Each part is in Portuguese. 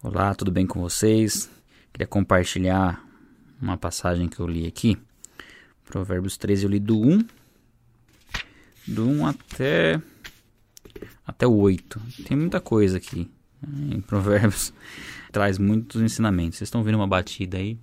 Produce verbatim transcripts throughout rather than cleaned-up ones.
Olá, tudo bem com vocês? Queria compartilhar uma passagem que eu li aqui. Provérbios treze eu li do um, do um até, até o oito. Tem muita coisa aqui, né? Em Provérbios traz muitos ensinamentos. Vocês estão vendo uma batida aí?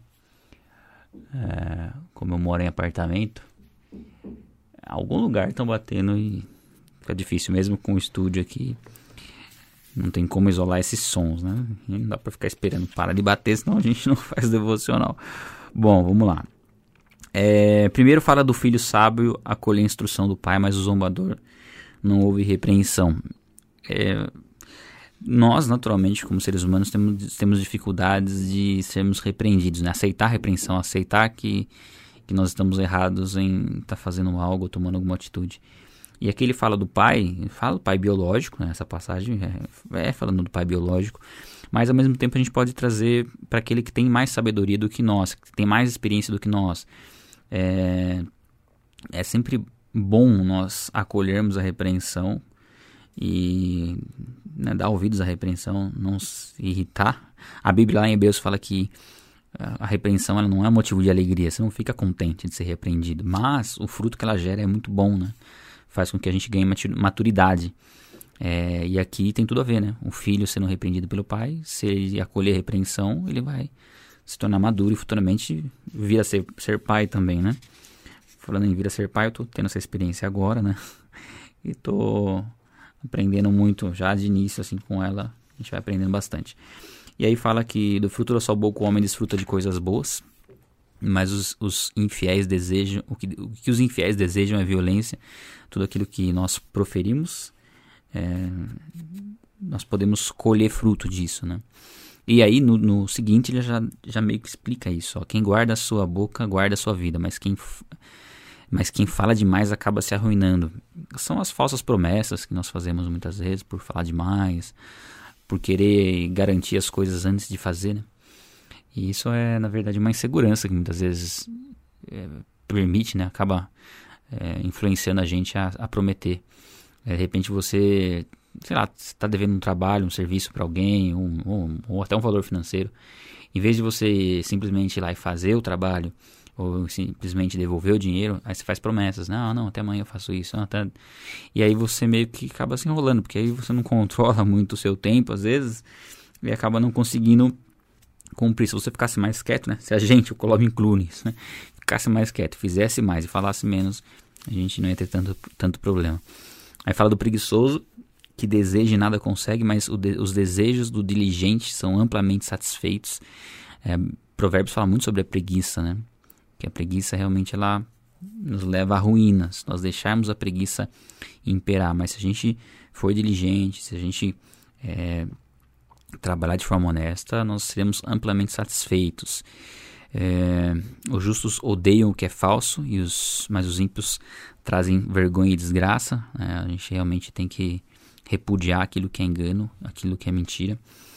É, como eu moro em apartamento, algum lugar estão batendo e fica difícil mesmo com o estúdio aqui. Não tem como isolar esses sons, né? E não dá pra ficar esperando parar de bater, senão a gente não faz devocional. Bom, vamos lá. É, primeiro fala do filho sábio acolher a instrução do pai, mas o zombador não ouve repreensão. É, nós, naturalmente, como seres humanos, temos, temos dificuldades de sermos repreendidos, né? Aceitar a repreensão, aceitar que, que nós estamos errados em estar tá fazendo algo ou tomando alguma atitude. E aqui ele fala do pai, fala do pai biológico, né? Essa passagem é, é falando do pai biológico, mas ao mesmo tempo a gente pode trazer para aquele que tem mais sabedoria do que nós, que tem mais experiência do que nós. É, é sempre bom nós acolhermos a repreensão e, né, dar ouvidos à repreensão, não se irritar. A Bíblia lá em Hebreus fala que a repreensão ela não é motivo de alegria, você não fica contente de ser repreendido, mas o fruto que ela gera é muito bom, né? Faz com que a gente ganhe maturidade. É, e aqui tem tudo a ver, né? O filho sendo repreendido pelo pai, se ele acolher a repreensão, ele vai se tornar maduro e futuramente vir a ser, ser pai também, né? Falando em vir a ser pai, eu tô tendo essa experiência agora, né? E tô aprendendo muito já de início, assim, com ela. A gente vai aprendendo bastante. E aí fala que do fruto da sua boca o homem desfruta de coisas boas, mas os, os infiéis desejam, o que, o que os infiéis desejam é violência. Tudo aquilo que nós proferimos, é, nós podemos colher fruto disso, né? E aí no, no seguinte ele já, já meio que explica isso, ó. Quem guarda a sua boca guarda a sua vida, mas quem, mas quem fala demais acaba se arruinando. São as falsas promessas que nós fazemos muitas vezes por falar demais, por querer garantir as coisas antes de fazer, né? E isso é, na verdade, uma insegurança que muitas vezes é, permite, né? Acaba é, influenciando a gente a, a prometer. É, de repente você, sei lá, está devendo um trabalho, um serviço para alguém, um, ou, ou até um valor financeiro. Em vez de você simplesmente ir lá e fazer o trabalho, ou simplesmente devolver o dinheiro, aí você faz promessas. Não, não, até amanhã eu faço isso. Não, até... E aí você meio que acaba se enrolando, porque aí você não controla muito o seu tempo, às vezes, e acaba não conseguindo cumprir. Se você ficasse mais quieto, né? Se a gente, o Colob inclui nisso, né? Ficasse mais quieto, fizesse mais e falasse menos, a gente não ia ter tanto, tanto problema. Aí fala do preguiçoso, que deseja e nada consegue, mas o de, os desejos do diligente são amplamente satisfeitos. É, Provérbios fala muito sobre a preguiça, né? Que a preguiça realmente ela nos leva à ruína, se nós deixarmos a preguiça imperar. Mas se a gente for diligente, se a gente é, trabalhar de forma honesta, nós seremos amplamente satisfeitos. É, os justos odeiam o que é falso, e os, mas os ímpios trazem vergonha e desgraça. É, a gente realmente tem que repudiar aquilo que é engano, aquilo que é mentira.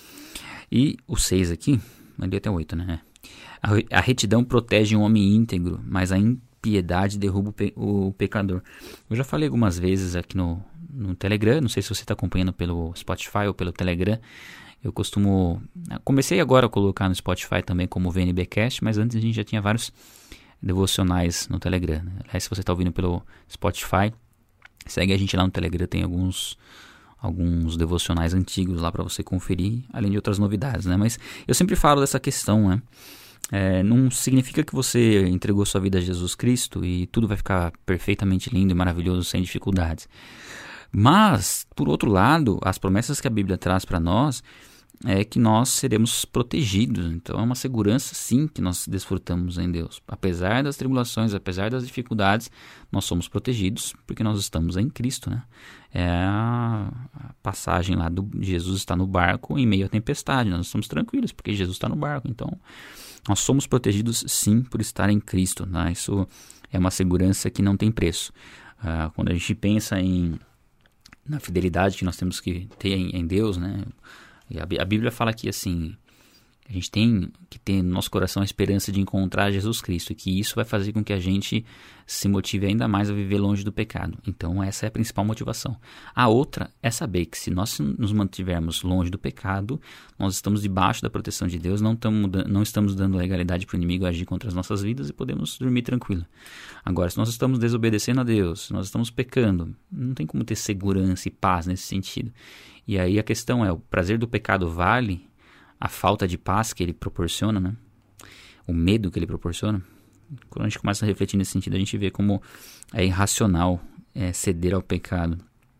E o seis aqui, mas deu até o oito, né? A, a retidão protege um homem íntegro, mas a impiedade derruba o, pe, o pecador. Eu já falei algumas vezes aqui no, no Telegram, não sei se você está acompanhando pelo Spotify ou pelo Telegram. Eu costumo... Comecei agora a colocar no Spotify também como V N B Cast, mas antes a gente já tinha vários devocionais no Telegram, né? Aliás, se você está ouvindo pelo Spotify, segue a gente lá no Telegram, tem alguns, alguns devocionais antigos lá para você conferir, além de outras novidades, né? Mas eu sempre falo dessa questão, né? É, não significa que você entregou sua vida a Jesus Cristo e tudo vai ficar perfeitamente lindo e maravilhoso, sem dificuldades. Mas, por outro lado, as promessas que a Bíblia traz para nós é que nós seremos protegidos. Então é uma segurança sim que nós desfrutamos em Deus. Apesar das tribulações, apesar das dificuldades, nós somos protegidos porque nós estamos em Cristo, né? É a passagem lá do Jesus está no barco em meio à tempestade. Nós estamos tranquilos porque Jesus está no barco. Então nós somos protegidos sim por estar em Cristo, né? Isso é uma segurança que não tem preço. Ah, quando a gente pensa em na fidelidade que nós temos que ter em, em Deus, né? E a, a Bíblia fala aqui assim, A gente tem que ter no nosso coração a esperança de encontrar Jesus Cristo, e que isso vai fazer com que a gente se motive ainda mais a viver longe do pecado. Então essa é a principal motivação. A outra é saber que se nós nos mantivermos longe do pecado, nós estamos debaixo da proteção de Deus, não, tamo, não estamos dando legalidade para o inimigo agir contra as nossas vidas e podemos dormir tranquilo. Agora, se nós estamos desobedecendo a Deus, se nós estamos pecando, não tem como ter segurança e paz nesse sentido. E aí a questão é, o prazer do pecado vale a falta de paz que ele proporciona, né? O medo que ele proporciona? Quando a gente começa a refletir nesse sentido, a gente vê como é irracional é, ceder ao pecado.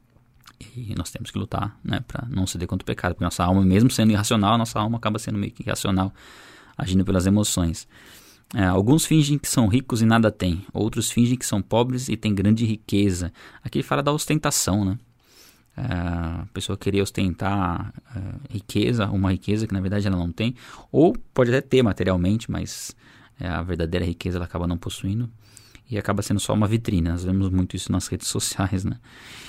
E nós temos que lutar, né, para não ceder contra o pecado, porque nossa alma, mesmo sendo irracional, nossa alma acaba sendo meio que irracional, agindo pelas emoções. É, alguns fingem que são ricos e nada têm, outros fingem que são pobres e têm grande riqueza. Aqui ele fala da ostentação, né? É, a pessoa querer ostentar é, riqueza, uma riqueza que na verdade ela não tem, ou pode até ter materialmente, mas é, a verdadeira riqueza ela acaba não possuindo e acaba sendo só uma vitrine. Nós vemos muito isso nas redes sociais, né?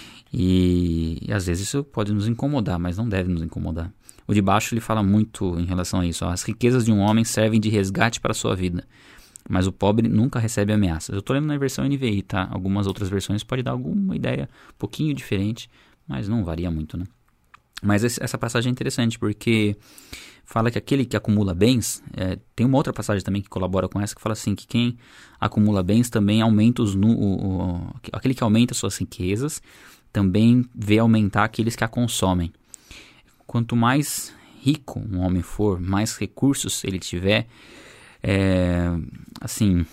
E, e às vezes isso pode nos incomodar, mas não deve nos incomodar. O de baixo ele fala muito em relação a isso. Ó, as riquezas de um homem servem de resgate para a sua vida, mas o pobre nunca recebe ameaças. Eu estou lendo na versão N V I, tá? Algumas outras versões podem dar alguma ideia um pouquinho diferente, mas não varia muito, né? Mas esse, essa passagem é interessante porque fala que aquele que acumula bens, é, tem uma outra passagem também que colabora com essa, que fala assim, que quem acumula bens também aumenta os... Nu, o, o, aquele que aumenta suas riquezas também vê aumentar aqueles que a consomem. Quanto mais rico um homem for, mais recursos ele tiver, é, assim,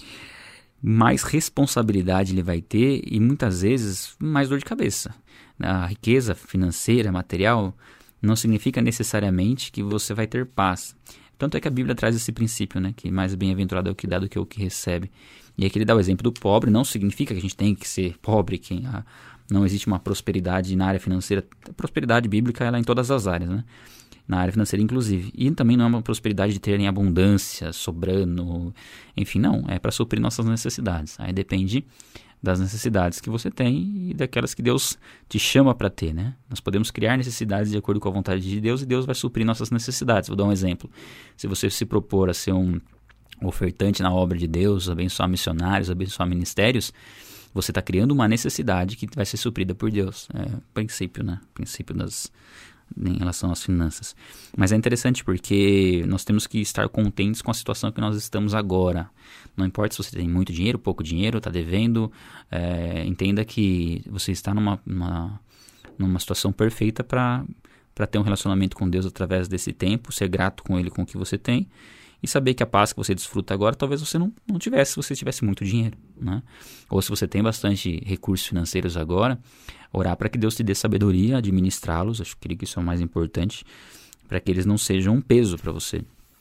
mais responsabilidade ele vai ter e muitas vezes mais dor de cabeça. A riqueza financeira, material, não significa necessariamente que você vai ter paz. Tanto é que a Bíblia traz esse princípio, né, que mais bem-aventurado é o que dá do que o que recebe. E aqui ele dá o exemplo do pobre, não significa que a gente tem que ser pobre, que a, não existe uma prosperidade na área financeira. A prosperidade bíblica ela é em todas as áreas, né? Na área financeira inclusive. E também não é uma prosperidade de ter em abundância, sobrando, enfim, não. É para suprir nossas necessidades. Aí depende das necessidades que você tem e daquelas que Deus te chama para ter, né? Nós podemos criar necessidades de acordo com a vontade de Deus e Deus vai suprir nossas necessidades. Vou dar um exemplo. Se você se propor a ser um ofertante na obra de Deus, abençoar missionários, abençoar ministérios, você está criando uma necessidade que vai ser suprida por Deus. É o princípio, né? O princípio das... em relação às finanças. Mas é interessante porque nós temos que estar contentes com a situação que nós estamos agora. Não importa se você tem muito dinheiro, pouco dinheiro, está devendo, é, entenda que você está numa, numa, numa situação perfeita para para ter um relacionamento com Deus através desse tempo, ser grato com Ele com o que você tem e saber que a paz que você desfruta agora talvez você não, não tivesse se você tivesse muito dinheiro, né? Ou se você tem bastante recursos financeiros agora, orar para que Deus te dê sabedoria, administrá-los, acho que isso é o mais importante, para que eles não sejam um peso para você.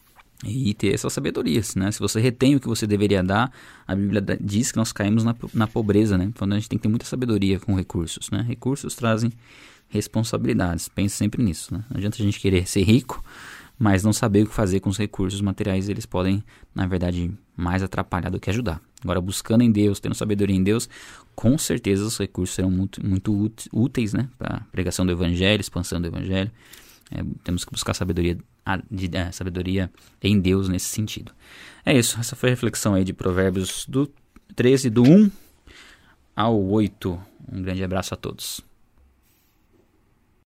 E ter essa sabedoria, né? Se você retém o que você deveria dar, a Bíblia diz que nós caímos na, na pobreza, né? Então a gente tem que ter muita sabedoria com recursos, né? Recursos trazem responsabilidades, pense sempre nisso, né? Não adianta a gente querer ser rico, mas não saber o que fazer com os recursos materiais, eles podem, na verdade, mais atrapalhar do que ajudar. Agora, buscando em Deus, tendo sabedoria em Deus, com certeza os recursos serão muito, muito úteis, né, para a pregação do Evangelho, expansão do Evangelho. É, temos que buscar sabedoria, de, é, sabedoria em Deus nesse sentido. É isso, essa foi a reflexão aí de Provérbios do treze, do um ao oito. Um grande abraço a todos.